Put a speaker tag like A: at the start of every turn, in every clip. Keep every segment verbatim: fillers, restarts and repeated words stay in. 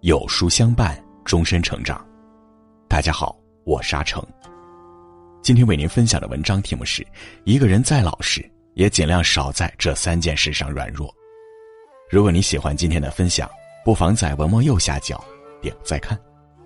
A: 有书相伴，终身成长。大家好，我是阿成。今天为您分享的文章题目是：一个人再老实，也尽量少在这三件事上软弱。如果你喜欢今天的分享，不妨在文末右下角点再看。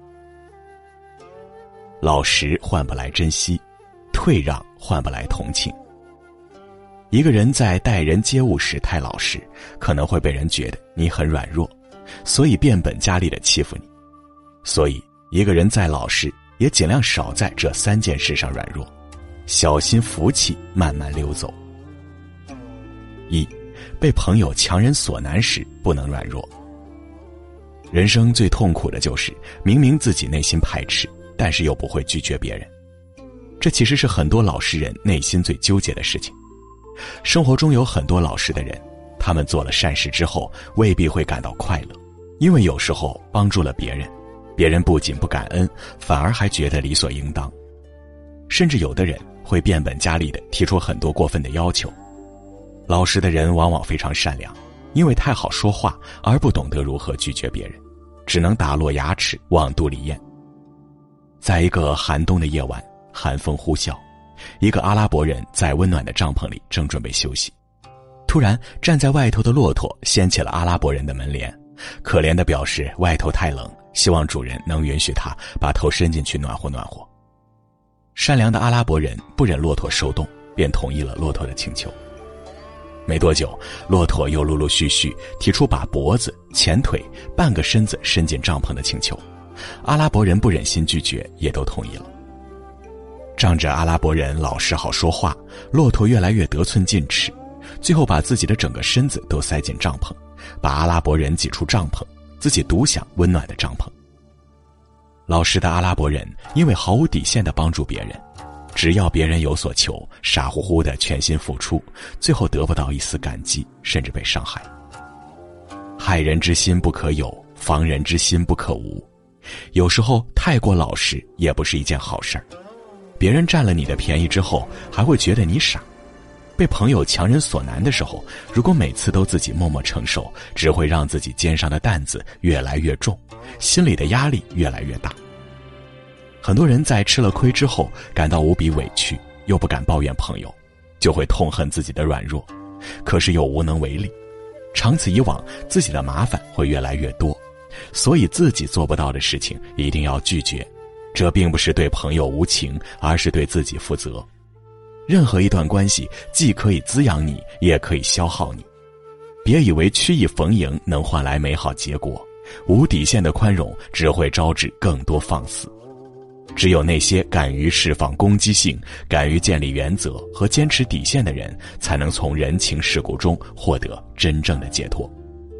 A: 老实换不来珍惜，退让换不来同情。一个人在待人接物时太老实，可能会被人觉得你很软弱，所以变本加厉地欺负你。所以一个人再老实，也尽量少在这三件事上软弱，小心福气慢慢溜走。一，被朋友强人所难时不能软弱。人生最痛苦的就是明明自己内心排斥，但是又不会拒绝别人。这其实是很多老实人内心最纠结的事情。生活中有很多老实的人，他们做了善事之后未必会感到快乐，因为有时候帮助了别人，别人不仅不感恩，反而还觉得理所应当。甚至有的人会变本加厉地提出很多过分的要求。老实的人往往非常善良，因为太好说话而不懂得如何拒绝别人，只能打落牙齿往肚里咽。在一个寒冬的夜晚，寒风呼啸，一个阿拉伯人在温暖的帐篷里正准备休息，突然站在外头的骆驼掀起了阿拉伯人的门帘，可怜地表示外头太冷，希望主人能允许他把头伸进去暖和暖和。善良的阿拉伯人不忍骆驼受冻，便同意了骆驼的请求。没多久，骆驼又陆陆续续提出把脖子、前腿、半个身子伸进帐篷的请求，阿拉伯人不忍心拒绝，也都同意了。仗着阿拉伯人老实好说话，骆驼越来越得寸进尺，最后把自己的整个身子都塞进帐篷，把阿拉伯人挤出帐篷，自己独享温暖的帐篷。老实的阿拉伯人因为毫无底线地帮助别人，只要别人有所求，傻乎乎地全心付出，最后得不到一丝感激，甚至被伤害。害人之心不可有，防人之心不可无。有时候太过老实也不是一件好事儿。别人占了你的便宜之后，还会觉得你傻。被朋友强人所难的时候，如果每次都自己默默承受，只会让自己肩上的担子越来越重，心里的压力越来越大。很多人在吃了亏之后感到无比委屈，又不敢抱怨朋友，就会痛恨自己的软弱，可是又无能为力。长此以往，自己的麻烦会越来越多，所以自己做不到的事情一定要拒绝。这并不是对朋友无情，而是对自己负责。任何一段关系既可以滋养你，也可以消耗你。别以为曲意逢迎能换来美好结果，无底线的宽容只会招致更多放肆。只有那些敢于释放攻击性、敢于建立原则和坚持底线的人，才能从人情世故中获得真正的解脱。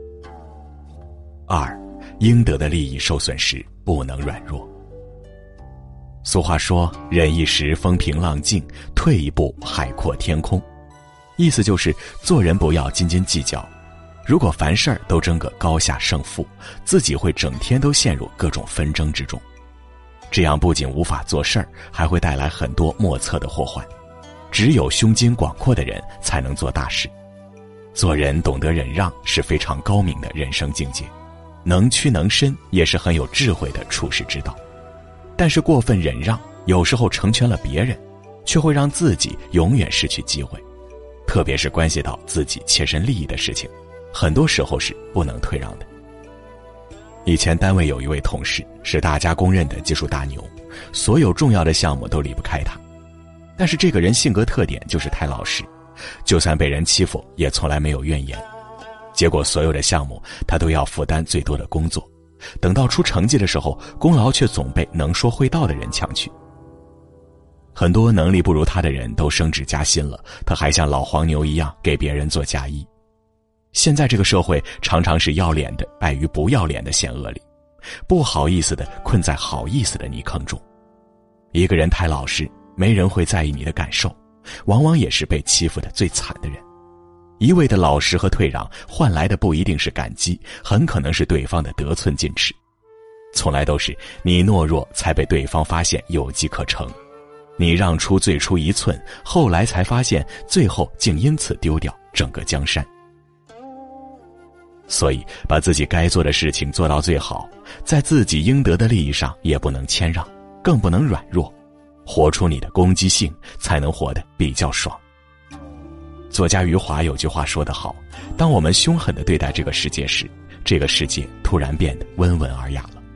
A: 二，应得的利益受损时不能软弱。俗话说，忍一时风平浪静，退一步海阔天空。意思就是做人不要斤斤计较，如果凡事都争个高下胜负，自己会整天都陷入各种纷争之中。这样不仅无法做事儿，还会带来很多莫测的祸患。只有胸襟广阔的人才能做大事。做人懂得忍让是非常高明的人生境界，能屈能伸也是很有智慧的处世之道。但是过分忍让有时候成全了别人，却会让自己永远失去机会。特别是关系到自己切身利益的事情，很多时候是不能退让的。以前单位有一位同事是大家公认的技术大牛，所有重要的项目都离不开他。但是这个人性格特点就是太老实，就算被人欺负也从来没有怨言。结果所有的项目他都要负担最多的工作，等到出成绩的时候，功劳却总被能说会道的人抢去。很多能力不如他的人都升职加薪了，他还像老黄牛一样给别人做嫁衣。现在这个社会常常是要脸的败于不要脸的险恶里，不好意思的困在好意思的泥坑中。一个人太老实，没人会在意你的感受，往往也是被欺负的最惨的人。一味的老实和退让换来的不一定是感激，很可能是对方的得寸进尺。从来都是你懦弱才被对方发现有机可乘，你让出最初一寸，后来才发现，最后竟因此丢掉整个江山。 所以把自己该做的事情做到最好，在自己应得的利益上也不能谦让，更不能软弱，活出你的攻击性，才能活得比较爽。作家余华有句话说得好，当我们凶狠地对待这个世界时，这个世界突然变得温文尔雅了。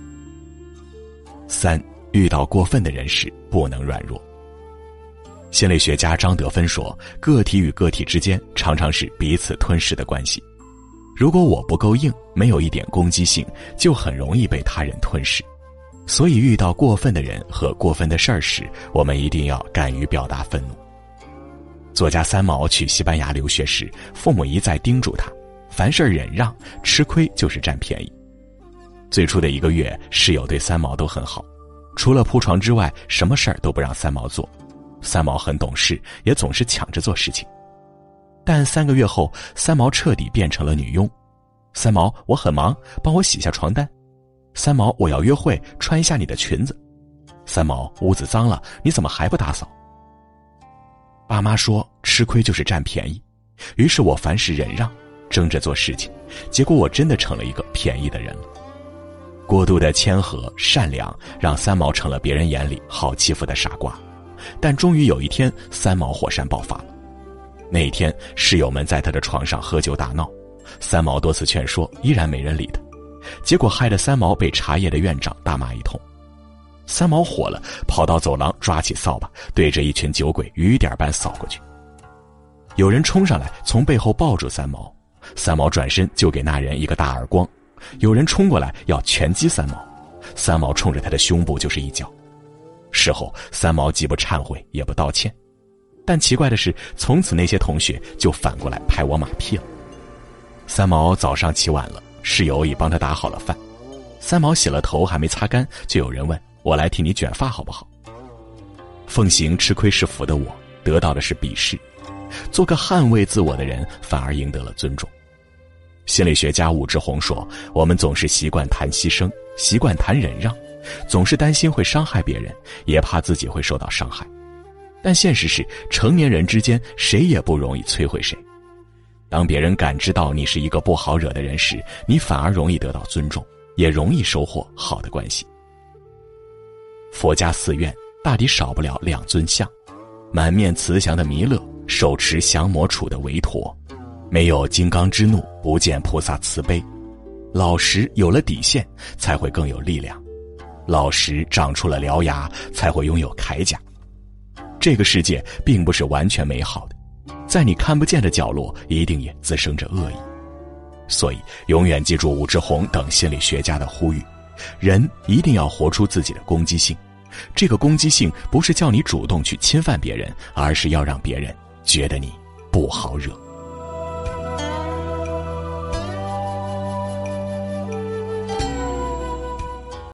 A: 三，遇到过分的人时不能软弱。心理学家张德芬说，个体与个体之间常常是彼此吞噬的关系。如果我不够硬，没有一点攻击性，就很容易被他人吞噬。所以遇到过分的人和过分的事儿时，我们一定要敢于表达愤怒。作家三毛去西班牙留学时，父母一再叮嘱他，凡事忍让，吃亏就是占便宜。最初的一个月，室友对三毛都很好，除了铺床之外，什么事儿都不让三毛做。三毛很懂事，也总是抢着做事情。但三个月后，三毛彻底变成了女佣。三毛，我很忙，帮我洗下床单。三毛，我要约会，穿一下你的裙子。三毛，屋子脏了，你怎么还不打扫？爸妈说吃亏就是占便宜，于是我凡事忍让，争着做事情，结果我真的成了一个便宜的人了。过度的谦和善良让三毛成了别人眼里好欺负的傻瓜。但终于有一天，三毛火山爆发了。那一天，室友们在他的床上喝酒打闹，三毛多次劝说，依然没人理他，结果害得三毛被茶叶的院长大骂一通。三毛火了，跑到走廊，抓起扫把，对着一群酒鬼雨点般扫过去。有人冲上来，从背后抱住三毛，三毛转身就给那人一个大耳光。有人冲过来要拳击三毛，三毛冲着他的胸部就是一脚。事后，三毛既不忏悔，也不道歉。但奇怪的是，从此那些同学就反过来拍我马屁了。三毛早上起晚了，室友已帮他打好了饭。三毛洗了头还没擦干，就有人问，我来替你卷发好不好？奉行吃亏是福的我，得到的是鄙视。做个捍卫自我的人，反而赢得了尊重。心理学家武志红说，我们总是习惯谈牺牲，习惯谈忍让，总是担心会伤害别人，也怕自己会受到伤害。但现实是，成年人之间谁也不容易摧毁谁。当别人感知到你是一个不好惹的人时，你反而容易得到尊重，也容易收获好的关系。佛家寺院大抵少不了两尊像，满面慈祥的弥勒，手持降魔杵的韦陀。没有金刚之怒，不见菩萨慈悲。老实有了底线，才会更有力量。老实长出了獠牙，才会拥有铠甲。这个世界并不是完全美好的，在你看不见的角落，一定也滋生着恶意。所以，永远记住武志红等心理学家的呼吁：人一定要活出自己的攻击性。这个攻击性不是叫你主动去侵犯别人，而是要让别人觉得你不好惹。